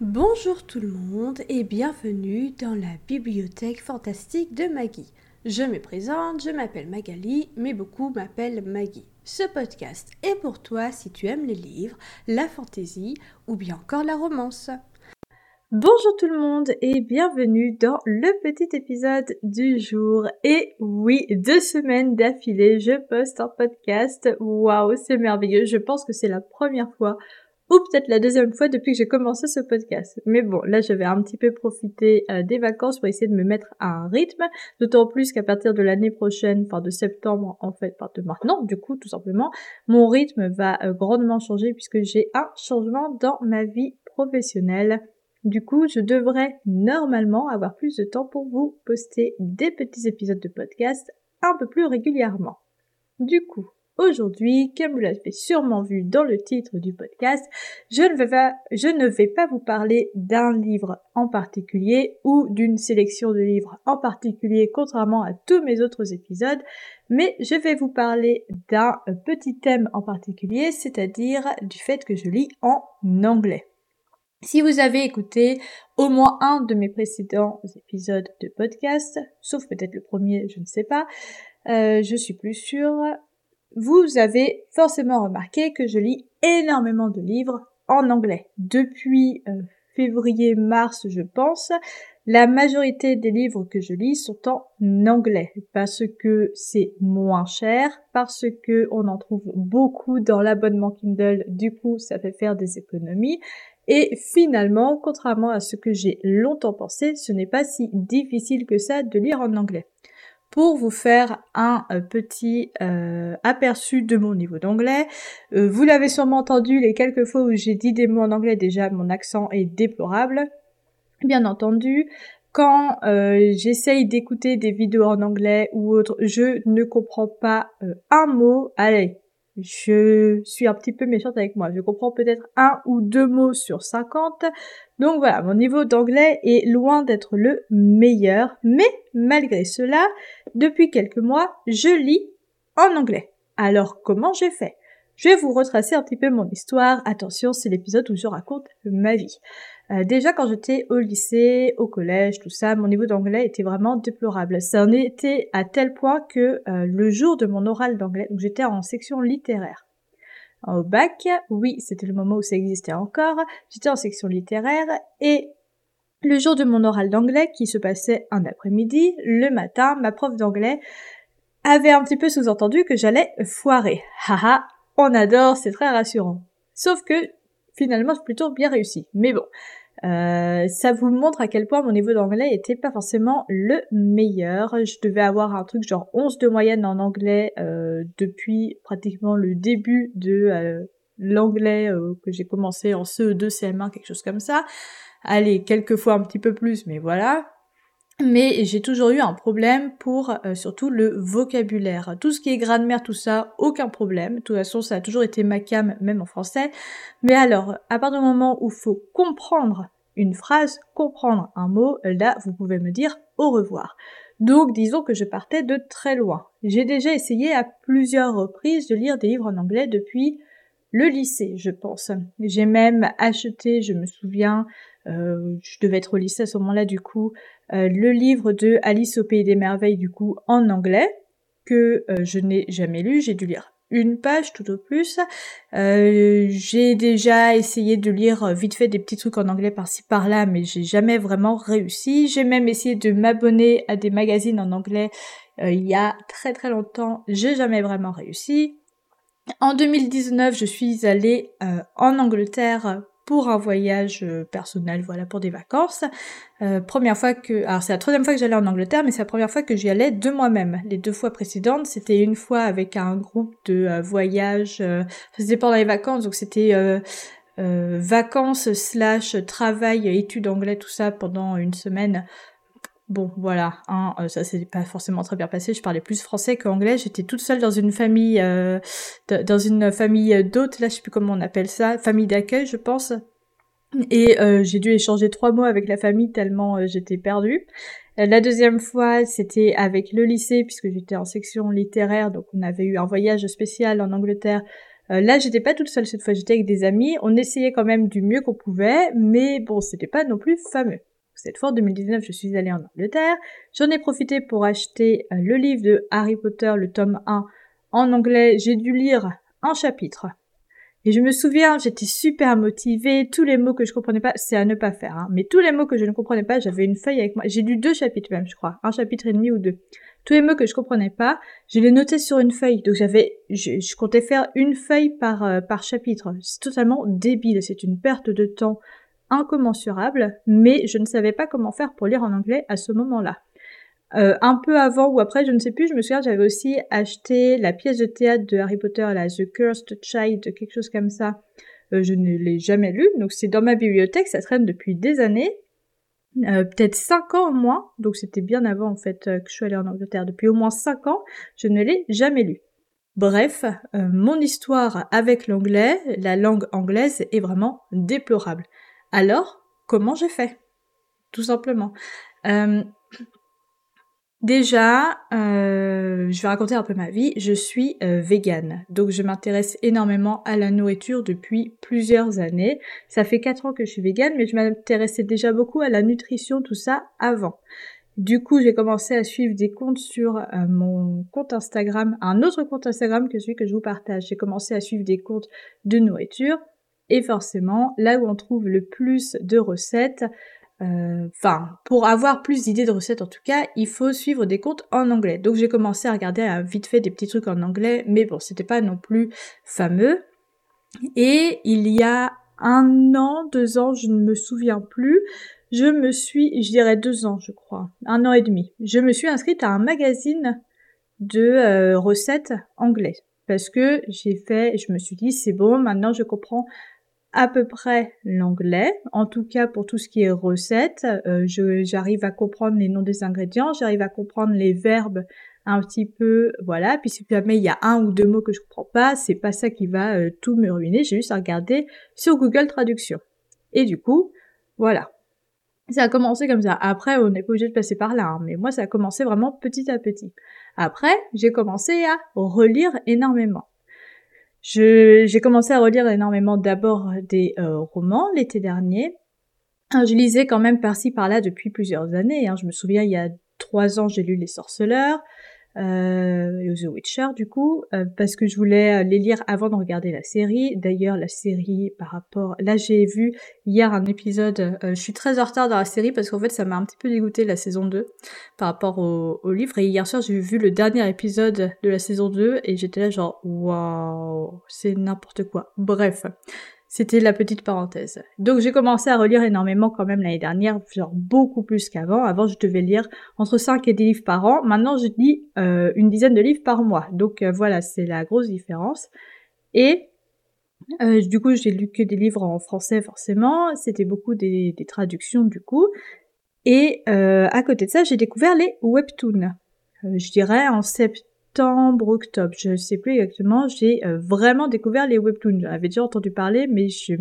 Bonjour tout le monde et bienvenue dans la bibliothèque fantastique de Maggie. Je me présente, je m'appelle Magali, mais beaucoup m'appellent Maggie. Ce podcast est pour toi si tu aimes les livres, la fantaisie ou bien encore la romance. Bonjour tout le monde et bienvenue dans le petit épisode du jour. Et oui, 2 semaines d'affilée, je poste un podcast. Waouh, c'est merveilleux. Je pense que c'est la première fois ou peut-être la deuxième fois depuis que j'ai commencé ce podcast. Mais bon, là, je vais un petit peu profiter des vacances pour essayer de me mettre à un rythme, d'autant plus qu'à partir de l'année prochaine, enfin de septembre en fait, de maintenant, du coup, tout simplement, mon rythme va grandement changer puisque j'ai un changement dans ma vie professionnelle. Du coup, je devrais normalement avoir plus de temps pour vous poster des petits épisodes de podcast un peu plus régulièrement. Du coup, aujourd'hui, comme vous l'avez sûrement vu dans le titre du podcast, je ne vais pas vous parler d'un livre en particulier ou d'une sélection de livres en particulier, contrairement à tous mes autres épisodes, mais je vais vous parler d'un petit thème en particulier, c'est-à-dire du fait que je lis en anglais. Si vous avez écouté au moins un de mes précédents épisodes de podcast, sauf peut-être le premier, je ne sais pas, je suis plus sûre, vous avez forcément remarqué que je lis énormément de livres en anglais. Depuis février-mars, je pense, la majorité des livres que je lis sont en anglais parce que c'est moins cher, parce que on en trouve beaucoup dans l'abonnement Kindle, du coup ça fait faire des économies. Et finalement, contrairement à ce que j'ai longtemps pensé, ce n'est pas si difficile que ça de lire en anglais. Pour vous faire un petit aperçu de mon niveau d'anglais, vous l'avez sûrement entendu les quelques fois où j'ai dit des mots en anglais, déjà mon accent est déplorable. Bien entendu, quand j'essaye d'écouter des vidéos en anglais ou autre, je ne comprends pas un mot. Allez, je suis un petit peu méchante avec moi. Je comprends peut-être 1 ou 2 mots sur 50. Donc voilà, mon niveau d'anglais est loin d'être le meilleur. Mais malgré cela, depuis quelques mois, je lis en anglais. Alors comment j'ai fait ? Je vais vous retracer un petit peu mon histoire. Attention, c'est l'épisode où je raconte ma vie. Déjà quand j'étais au lycée, au collège, tout ça, mon niveau d'anglais était vraiment déplorable. Ça en était à tel point que le jour de mon oral d'anglais, donc j'étais en section littéraire. Au bac, oui, c'était le moment où ça existait encore, j'étais en section littéraire et le jour de mon oral d'anglais, qui se passait un après-midi, le matin, ma prof d'anglais avait un petit peu sous-entendu que j'allais foirer. Haha, on adore, c'est très rassurant. Sauf que finalement, j'ai plutôt bien réussi. Mais bon, ça vous montre à quel point mon niveau d'anglais était pas forcément le meilleur. Je devais avoir un truc genre 11 de moyenne en anglais depuis pratiquement le début de l'anglais que j'ai commencé en CE2, CM1, quelque chose comme ça. Allez, quelques fois un petit peu plus, mais voilà. Mais j'ai toujours eu un problème pour surtout le vocabulaire. Tout ce qui est grammaire, tout ça, aucun problème. De toute façon, ça a toujours été ma came, même en français. Mais alors, à partir du moment où il faut comprendre une phrase, comprendre un mot, là, vous pouvez me dire au revoir. Donc, disons que je partais de très loin. J'ai déjà essayé à plusieurs reprises de lire des livres en anglais depuis le lycée, je pense. J'ai même acheté, je me souviens, je devais être au lycée à ce moment-là du coup, le livre de Alice au Pays des Merveilles du coup en anglais, que je n'ai jamais lu, j'ai dû lire une page tout au plus. J'ai déjà essayé de lire vite fait des petits trucs en anglais par-ci par-là, mais j'ai jamais vraiment réussi. J'ai même essayé de m'abonner à des magazines en anglais il y a très très longtemps, j'ai jamais vraiment réussi. En 2019, je suis allée en Angleterre pour un voyage personnel, voilà, pour des vacances. Alors c'est la troisième fois que j'allais en Angleterre, mais c'est la première fois que j'y allais de moi-même. Les 2 fois précédentes, c'était une fois avec un groupe de voyage, c'était pendant les vacances, donc c'était vacances / travail, études anglais, tout ça pendant une semaine. Bon, voilà, ça s'est pas forcément très bien passé, je parlais plus français qu'anglais, j'étais toute seule dans une famille d'hôtes, là je sais plus comment on appelle ça, famille d'accueil je pense, et j'ai dû échanger 3 mots avec la famille tellement j'étais perdue. La deuxième fois, c'était avec le lycée, puisque j'étais en section littéraire, donc on avait eu un voyage spécial en Angleterre Là, j'étais pas toute seule cette fois, j'étais avec des amis. On essayait quand même du mieux qu'on pouvait, mais bon, c'était pas non plus fameux. Cette fois, en 2019, je suis allée en Angleterre. J'en ai profité pour acheter le livre de Harry Potter, le tome 1, en anglais. J'ai dû lire un chapitre. Et je me souviens, j'étais super motivée, tous les mots que je comprenais pas, c'est à ne pas faire, hein, mais tous les mots que je ne comprenais pas, j'avais une feuille avec moi. J'ai lu 2 chapitres même, je crois, un chapitre et demi ou 2. Tous les mots que je comprenais pas, je les notais sur une feuille. Donc je comptais faire une feuille par chapitre. C'est totalement débile, c'est une perte de temps incommensurable, mais je ne savais pas comment faire pour lire en anglais à ce moment-là. Un peu avant ou après, je ne sais plus, je me souviens, j'avais aussi acheté la pièce de théâtre de Harry Potter, là, The Cursed Child, quelque chose comme ça. Je ne l'ai jamais lu, donc c'est dans ma bibliothèque, ça traîne depuis des années, peut-être 5 ans au moins, donc c'était bien avant en fait que je suis allée en Angleterre. Depuis au moins 5 ans, je ne l'ai jamais lu. Bref, mon histoire avec l'anglais, la langue anglaise, est vraiment déplorable. Alors, comment j'ai fait? Tout simplement. Déjà, je vais raconter un peu ma vie. Je suis végane, donc je m'intéresse énormément à la nourriture depuis plusieurs années. Ça fait 4 ans que je suis végane, mais je m'intéressais déjà beaucoup à la nutrition, tout ça, avant. Du coup, j'ai commencé à suivre des comptes sur mon compte Instagram, un autre compte Instagram que celui que je vous partage. J'ai commencé à suivre des comptes de nourriture, et forcément, là où on trouve le plus de recettes, pour avoir plus d'idées de recettes en tout cas, il faut suivre des comptes en anglais. Donc j'ai commencé à regarder vite fait des petits trucs en anglais, mais bon, c'était pas non plus fameux. Et il y a 1 an, 2 ans, je ne me souviens plus, je dirais 2 ans je crois, 1 an et demi, je me suis inscrite à un magazine de recettes anglais. Parce que je me suis dit, c'est bon, maintenant je comprends à peu près l'anglais, en tout cas pour tout ce qui est recettes, j'arrive à comprendre les noms des ingrédients, j'arrive à comprendre les verbes un petit peu, voilà, puis si jamais il y a 1 ou 2 mots que je comprends pas, c'est pas ça qui va tout me ruiner, j'ai juste à regarder sur Google Traduction. Et du coup, voilà. Ça a commencé comme ça. Après, on n'est pas obligé de passer par là, hein, mais moi ça a commencé vraiment petit à petit. Après, j'ai commencé à relire énormément. J'ai commencé à relire énormément d'abord des romans l'été dernier. Je lisais quand même par-ci par-là depuis plusieurs années. Je me souviens, il y a 3 ans, j'ai lu Les Sorceleurs, The Witcher du coup, parce que je voulais les lire avant de regarder la série. D'ailleurs, la série par rapport... Là, j'ai vu hier un épisode... je suis très en retard dans la série parce qu'en fait, ça m'a un petit peu dégoûté la saison 2 par rapport au livre. Et hier soir, j'ai vu le dernier épisode de la saison 2 et j'étais là genre, waouh, c'est n'importe quoi. Bref. C'était la petite parenthèse. Donc j'ai commencé à relire énormément quand même l'année dernière, genre beaucoup plus qu'avant. Avant je devais lire entre 5 et 10 livres par an. Maintenant je lis une dizaine de livres par mois. Donc voilà, c'est la grosse différence. Et du coup j'ai lu que des livres en français forcément. C'était beaucoup des traductions du coup. Et à côté de ça j'ai découvert les webtoons. Je dirais en septembre, octobre, je sais plus exactement, j'ai vraiment découvert les webtoons. J'en avais déjà entendu parler, mais je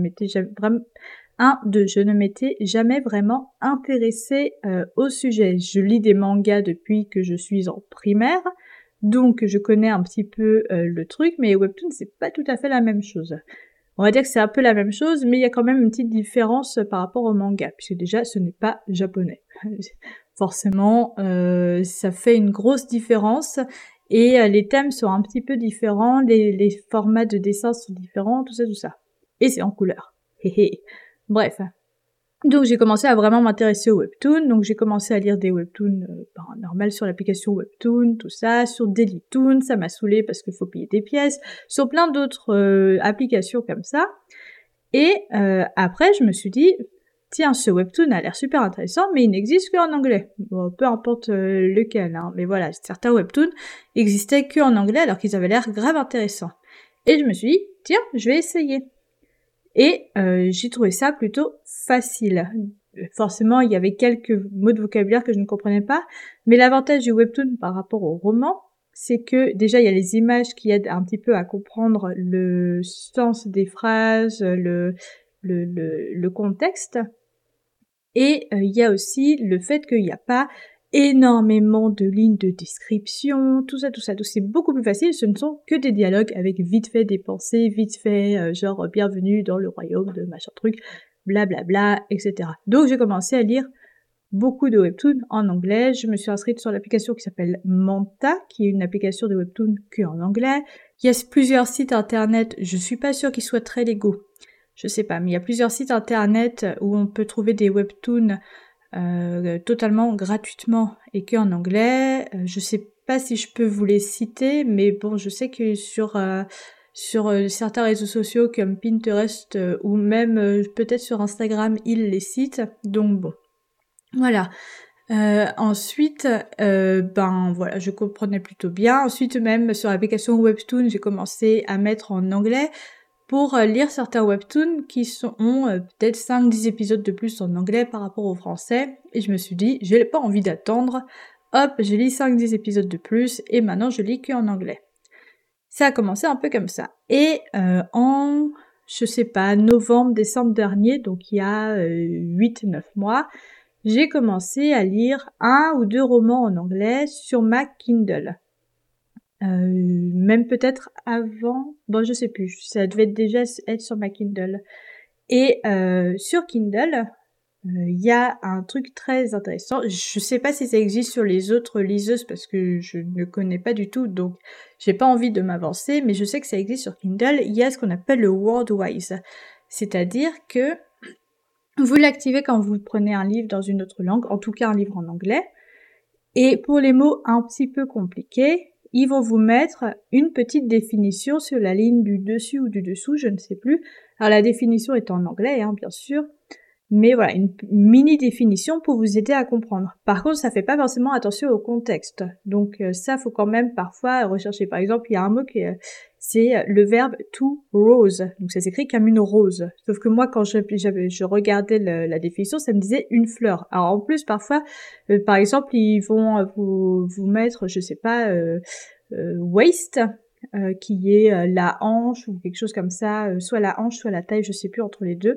ne m'étais jamais vraiment intéressée au sujet. Je lis des mangas depuis que je suis en primaire, donc je connais un petit peu le truc, mais les webtoons, c'est pas tout à fait la même chose. On va dire que c'est un peu la même chose, mais il y a quand même une petite différence par rapport au manga, puisque déjà, ce n'est pas japonais. Forcément, ça fait une grosse différence, et les thèmes sont un petit peu différents, les formats de dessin sont différents, tout ça. Et c'est en couleur. Bref. Donc j'ai commencé à vraiment m'intéresser aux webtoons, donc j'ai commencé à lire des webtoons normal sur l'application Webtoon, tout ça, sur Dailytoon, ça m'a saoulé parce qu'il faut payer des pièces, sur plein d'autres applications comme ça. Et après je me suis dit, tiens, ce webtoon a l'air super intéressant, mais il n'existe qu'en anglais. Bon, peu importe lequel, hein, mais voilà, certains webtoons existaient qu'en anglais alors qu'ils avaient l'air grave intéressants. Et je me suis dit, tiens, je vais essayer. Et j'ai trouvé ça plutôt facile. Forcément, il y avait quelques mots de vocabulaire que je ne comprenais pas, mais l'avantage du webtoon par rapport au roman, c'est que déjà il y a les images qui aident un petit peu à comprendre le sens des phrases, le contexte, et il y a aussi le fait qu'il n'y a pas énormément de lignes de description, tout ça, donc c'est beaucoup plus facile, ce ne sont que des dialogues avec vite fait des pensées, vite fait, genre bienvenue dans le royaume de machin truc, blablabla, etc. Donc j'ai commencé à lire beaucoup de webtoons en anglais, je me suis inscrite sur l'application qui s'appelle Manta, qui est une application de webtoons que en anglais. Il y a plusieurs sites internet, je suis pas sûre qu'ils soient très légaux, je sais pas, mais il y a plusieurs sites internet où on peut trouver des webtoons totalement gratuitement et que en anglais. Je sais pas si je peux vous les citer, mais bon, je sais que sur certains réseaux sociaux comme Pinterest ou même peut-être sur Instagram, ils les citent. Donc bon, voilà. Ensuite, ben voilà, je comprenais plutôt bien. Ensuite, même sur l'application Webtoon, j'ai commencé à mettre en anglais pour lire certains webtoons qui ont peut-être 5-10 épisodes de plus en anglais par rapport au français. Et je me suis dit, j'ai pas envie d'attendre. Hop, je lis 5-10 épisodes de plus et maintenant je lis que en anglais. Ça a commencé un peu comme ça. Et en, je sais pas, novembre, décembre dernier, donc il y a 8-9 mois, j'ai commencé à lire 1 ou 2 romans en anglais sur ma Kindle. Même peut-être avant, bon je sais plus, ça devait déjà être sur ma Kindle. Et sur Kindle, il y a un truc très intéressant. Je sais pas si ça existe sur les autres liseuses parce que je ne connais pas du tout, donc j'ai pas envie de m'avancer, mais je sais que ça existe sur Kindle. Il y a ce qu'on appelle le Wordwise, c'est-à-dire que vous l'activez quand vous prenez un livre dans une autre langue, en tout cas un livre en anglais, et pour les mots un petit peu compliqués, ils vont vous mettre une petite définition sur la ligne du dessus ou du dessous, je ne sais plus. Alors la définition est en anglais, bien sûr, mais voilà, une mini définition pour vous aider à comprendre. Par contre, ça fait pas forcément attention au contexte. Donc ça, faut quand même parfois rechercher. Par exemple, il y a un mot qui c'est le verbe to rose. Donc ça s'écrit comme une rose. Sauf que moi, quand je regardais la définition, ça me disait une fleur. Alors en plus, parfois, par exemple, ils vont vous mettre, je sais pas, waist, qui est la hanche ou quelque chose comme ça, soit la hanche, soit la taille, je sais plus, entre les deux.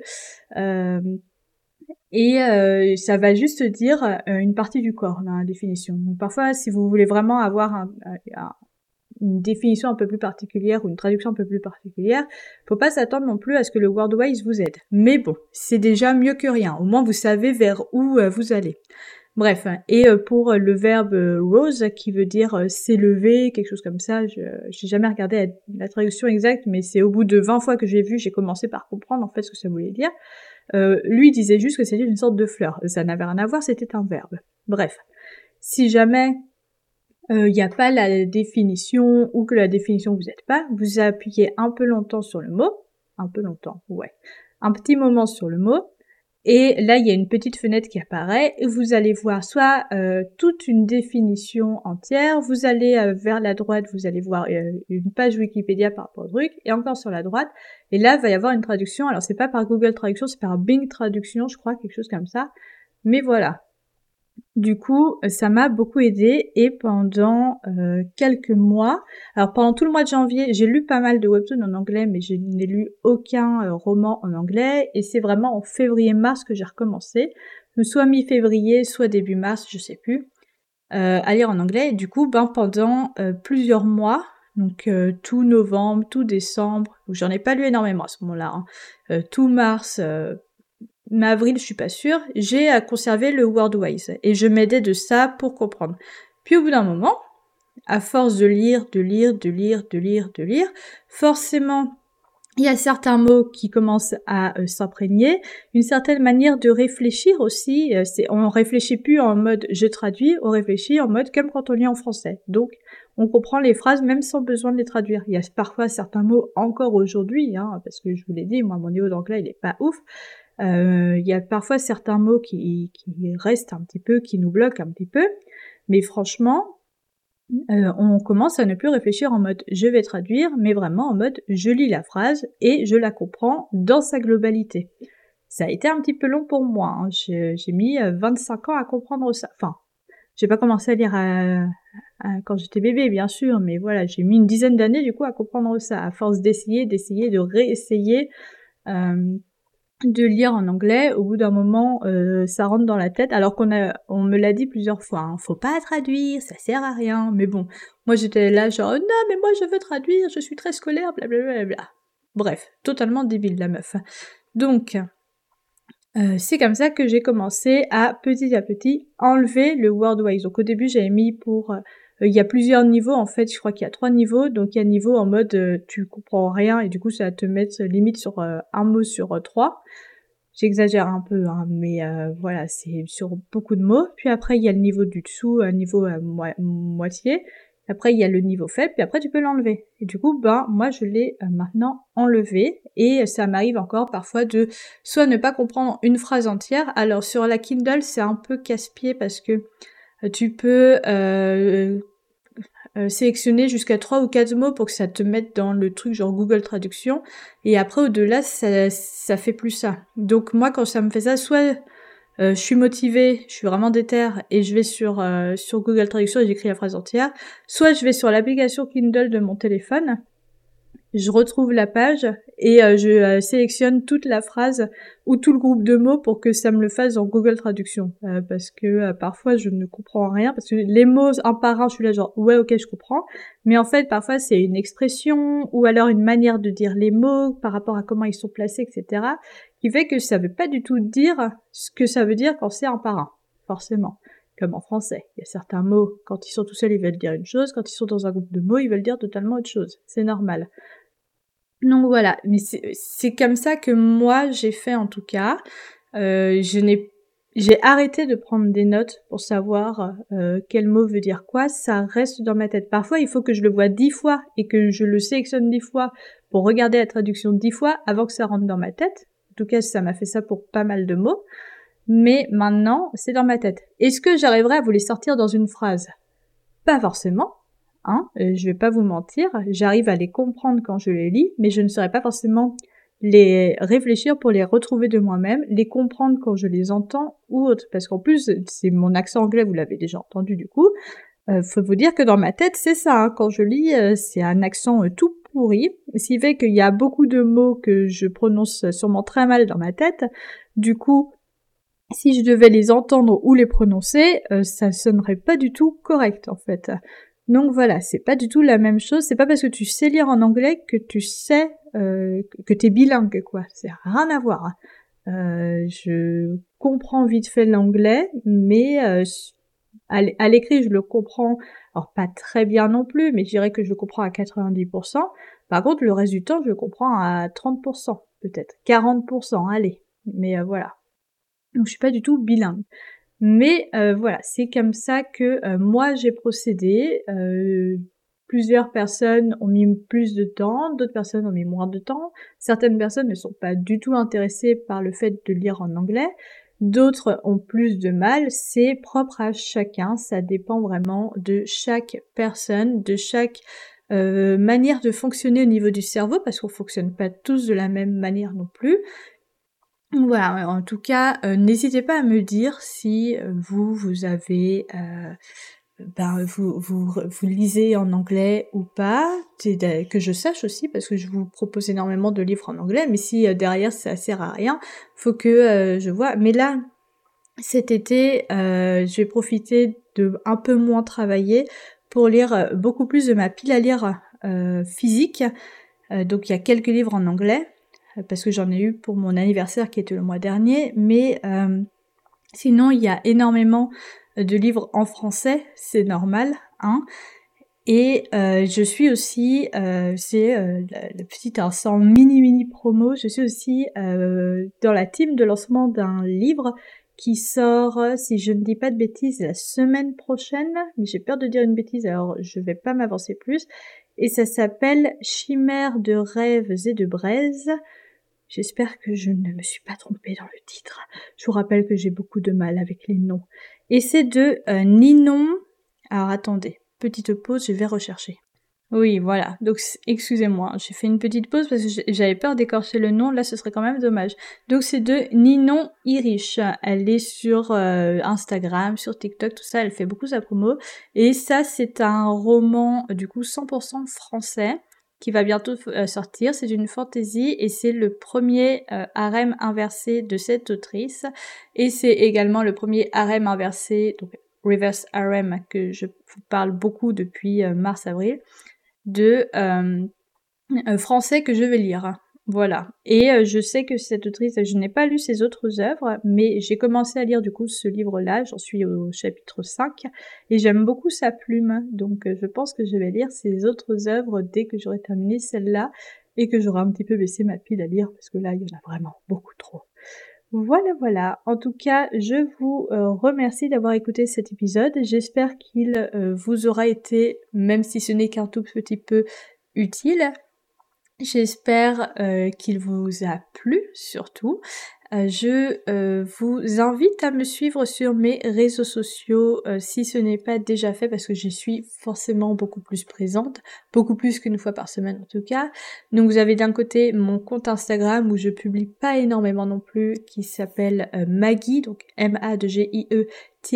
Et ça va juste dire une partie du corps, la définition. Donc parfois, si vous voulez vraiment avoir une définition un peu plus particulière ou une traduction un peu plus particulière, faut pas s'attendre non plus à ce que le Wordwise vous aide. Mais bon, c'est déjà mieux que rien. Au moins, vous savez vers où vous allez. Bref, et pour le verbe rose, qui veut dire s'élever, quelque chose comme ça, j'ai jamais regardé la traduction exacte, mais c'est au bout de 20 fois que j'ai vu, j'ai commencé par comprendre en fait ce que ça voulait dire. Lui disait juste que c'était une sorte de fleur. Ça n'avait rien à voir, c'était un verbe. Bref. Si jamais il n'y a pas la définition ou que la définition vous aide pas, vous appuyez un peu longtemps sur le mot. Un peu longtemps, ouais. Un petit moment sur le mot. Et là, il y a une petite fenêtre qui apparaît et vous allez voir soit toute une définition entière, vous allez vers la droite, vous allez voir une page Wikipédia par rapport au truc, et encore sur la droite, et là, il va y avoir une traduction. Alors, c'est pas par Google Traduction, c'est par Bing Traduction, je crois, quelque chose comme ça. Mais voilà. Du coup, ça m'a beaucoup aidé et pendant quelques mois, alors pendant tout le mois de janvier, j'ai lu pas mal de webtoons en anglais, mais je n'ai lu aucun roman en anglais et c'est vraiment en février-mars que j'ai recommencé, soit mi-février, soit début mars, je sais plus, à lire en anglais. Et du coup, pendant plusieurs mois, donc tout novembre, tout décembre, j'en ai pas lu énormément à ce moment-là, tout mars, mais avril, je suis pas sûre, j'ai conservé le Wordwise et je m'aidais de ça pour comprendre. Puis au bout d'un moment, à force de lire, forcément, il y a certains mots qui commencent à s'imprégner, une certaine manière de réfléchir aussi, on réfléchit plus en mode je traduis, on réfléchit en mode comme quand on lit en français. Donc, on comprend les phrases même sans besoin de les traduire. Il y a parfois certains mots encore aujourd'hui, parce que je vous l'ai dit, moi mon niveau d'anglais il est pas ouf. Il y a parfois certains mots qui restent un petit peu, qui nous bloquent un petit peu, mais franchement, on commence à ne plus réfléchir en mode je vais traduire, mais vraiment en mode je lis la phrase et je la comprends dans sa globalité. Ça a été un petit peu long pour moi, j'ai mis 25 ans à comprendre ça. Enfin, j'ai pas commencé à lire quand j'étais bébé, bien sûr, mais voilà, j'ai mis une dizaine d'années du coup à comprendre ça, à force d'essayer, de réessayer. de lire en anglais. Au bout d'un moment, ça rentre dans la tête, alors on me l'a dit plusieurs fois, hein, faut pas traduire, ça sert à rien. Mais bon, moi j'étais là genre, non mais moi je veux traduire, je suis très scolaire, blablabla. Bref, totalement débile la meuf. Donc, c'est comme ça que j'ai commencé à petit enlever le Wordwise. Donc au début j'avais mis pour... il y a plusieurs niveaux en fait, je crois qu'il y a 3 niveaux. Donc il y a un niveau en mode tu comprends rien et du coup ça va te mettre limite sur un mot sur 3. J'exagère un peu, hein, mais voilà, c'est sur beaucoup de mots. Puis après il y a le niveau du dessous, un niveau à moitié. Après, il y a le niveau faible, puis après, tu peux l'enlever. Et du coup, moi, je l'ai maintenant enlevé. Et ça m'arrive encore parfois de soit ne pas comprendre une phrase entière. Alors, sur la Kindle, c'est un peu casse-pied parce que tu peux sélectionner jusqu'à 3 ou 4 mots pour que ça te mette dans le truc genre Google Traduction. Et après, au-delà, ça fait plus ça. Donc, moi, quand ça me fait ça, soit... je suis motivée, je suis vraiment déter et je vais sur Google Traduction et j'écris la phrase entière. Soit je vais sur l'application Kindle de mon téléphone, je retrouve la page et je sélectionne toute la phrase ou tout le groupe de mots pour que ça me le fasse dans Google Traduction. Parce que parfois je ne comprends rien, parce que les mots un par un, je suis là genre ouais ok je comprends, mais en fait parfois c'est une expression ou alors une manière de dire les mots par rapport à comment ils sont placés, etc. qui fait que ça veut pas du tout dire ce que ça veut dire quand c'est un par un, forcément. Comme en français, il y a certains mots, quand ils sont tout seuls, ils veulent dire une chose, quand ils sont dans un groupe de mots, ils veulent dire totalement autre chose. C'est normal. Donc voilà, mais c'est comme ça que moi j'ai fait en tout cas. J'ai arrêté de prendre des notes pour savoir quel mot veut dire quoi, ça reste dans ma tête. Parfois il faut que je le voie 10 fois et que je le sélectionne 10 fois pour regarder la traduction 10 fois avant que ça rentre dans ma tête. En tout cas ça m'a fait ça pour pas mal de mots. Mais maintenant c'est dans ma tête. Est-ce que j'arriverai à vous les sortir dans une phrase ? Pas forcément. Hein, je vais pas vous mentir, j'arrive à les comprendre quand je les lis, mais je ne saurais pas forcément les réfléchir pour les retrouver de moi-même, les comprendre quand je les entends ou autre, parce qu'en plus, c'est mon accent anglais, vous l'avez déjà entendu du coup, faut vous dire que dans ma tête, c'est ça, hein, quand je lis, c'est un accent tout pourri, ce qui fait qu'il y a beaucoup de mots que je prononce sûrement très mal dans ma tête, du coup, si je devais les entendre ou les prononcer, ça sonnerait pas du tout correct en fait. Donc voilà, c'est pas du tout la même chose. C'est pas parce que tu sais lire en anglais que tu sais que t'es bilingue, quoi. C'est rien à voir. Je comprends vite fait l'anglais, mais à l'écrit, je le comprends. Alors pas très bien non plus, mais je dirais que je le comprends à 90%. Par contre, le reste du temps, je le comprends à 30%, peut-être 40%. Allez, mais voilà. Donc je suis pas du tout bilingue. Mais voilà, c'est comme ça que moi j'ai procédé. Plusieurs personnes ont mis plus de temps, d'autres personnes ont mis moins de temps. Certaines personnes ne sont pas du tout intéressées par le fait de lire en anglais. D'autres ont plus de mal. C'est propre à chacun. Ça dépend vraiment de chaque personne, de chaque manière de fonctionner au niveau du cerveau, parce qu'on fonctionne pas tous de la même manière non plus. Voilà, en tout cas, n'hésitez pas à me dire si vous avez vous lisez en anglais ou pas, que je sache aussi, parce que je vous propose énormément de livres en anglais, mais si derrière ça sert à rien, faut que je vois. Mais là, cet été, je vais profiter de un peu moins travailler pour lire beaucoup plus de ma pile à lire physique. Donc il y a quelques livres en anglais, parce que j'en ai eu pour mon anniversaire qui était le mois dernier, mais sinon il y a énormément de livres en français, c'est normal, hein. Et je suis aussi, c'est la petite, alors c'est en mini promo, je suis aussi dans la team de lancement d'un livre qui sort, si je ne dis pas de bêtises, la semaine prochaine, mais j'ai peur de dire une bêtise, alors je vais pas m'avancer plus, et ça s'appelle Chimère de rêves et de braises. J'espère que je ne me suis pas trompée dans le titre. Je vous rappelle que j'ai beaucoup de mal avec les noms. Et c'est de Ninon... Alors attendez, petite pause, je vais rechercher. Oui, voilà. Donc, excusez-moi, j'ai fait une petite pause parce que j'avais peur d'écorcher le nom. Là, ce serait quand même dommage. Donc, c'est de Ninon Irish. Elle est sur Instagram, sur TikTok, tout ça. Elle fait beaucoup sa promo. Et ça, c'est un roman, du coup, 100% français. qui va bientôt sortir. C'est une fantasy et c'est le premier harem inversé de cette autrice. Et c'est également le premier harem inversé, donc reverse harem, que je vous parle beaucoup depuis mars-avril, de français que je vais lire. Voilà. Et je sais que cette autrice, je n'ai pas lu ses autres œuvres, mais j'ai commencé à lire du coup ce livre-là, j'en suis au chapitre 5, et j'aime beaucoup sa plume, donc je pense que je vais lire ses autres œuvres dès que j'aurai terminé celle-là, et que j'aurai un petit peu baissé ma pile à lire, parce que là, il y en a vraiment beaucoup trop. Voilà. En tout cas, je vous remercie d'avoir écouté cet épisode. J'espère qu'il vous aura été, même si ce n'est qu'un tout petit peu, utile. J'espère qu'il vous a plu, surtout. Je vous invite à me suivre sur mes réseaux sociaux si ce n'est pas déjà fait, parce que j'y suis forcément beaucoup plus présente, beaucoup plus qu'une fois par semaine en tout cas. Donc vous avez d'un côté mon compte Instagram où je publie pas énormément non plus, qui s'appelle Maggie, donc MAGIE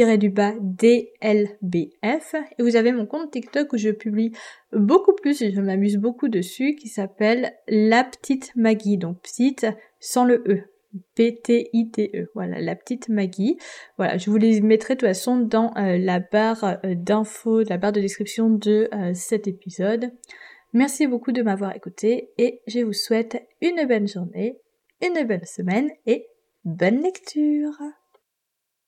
DLBF, et vous avez mon compte TikTok où je publie beaucoup plus et je m'amuse beaucoup dessus, qui s'appelle La Petite Maggie, donc petite sans le E. PTITE, voilà, La Petite Maggie. Voilà, je vous les mettrai de toute façon dans la barre d'infos, la barre de description de cet épisode. Merci beaucoup de m'avoir écouté et je vous souhaite une bonne journée, une bonne semaine et bonne lecture.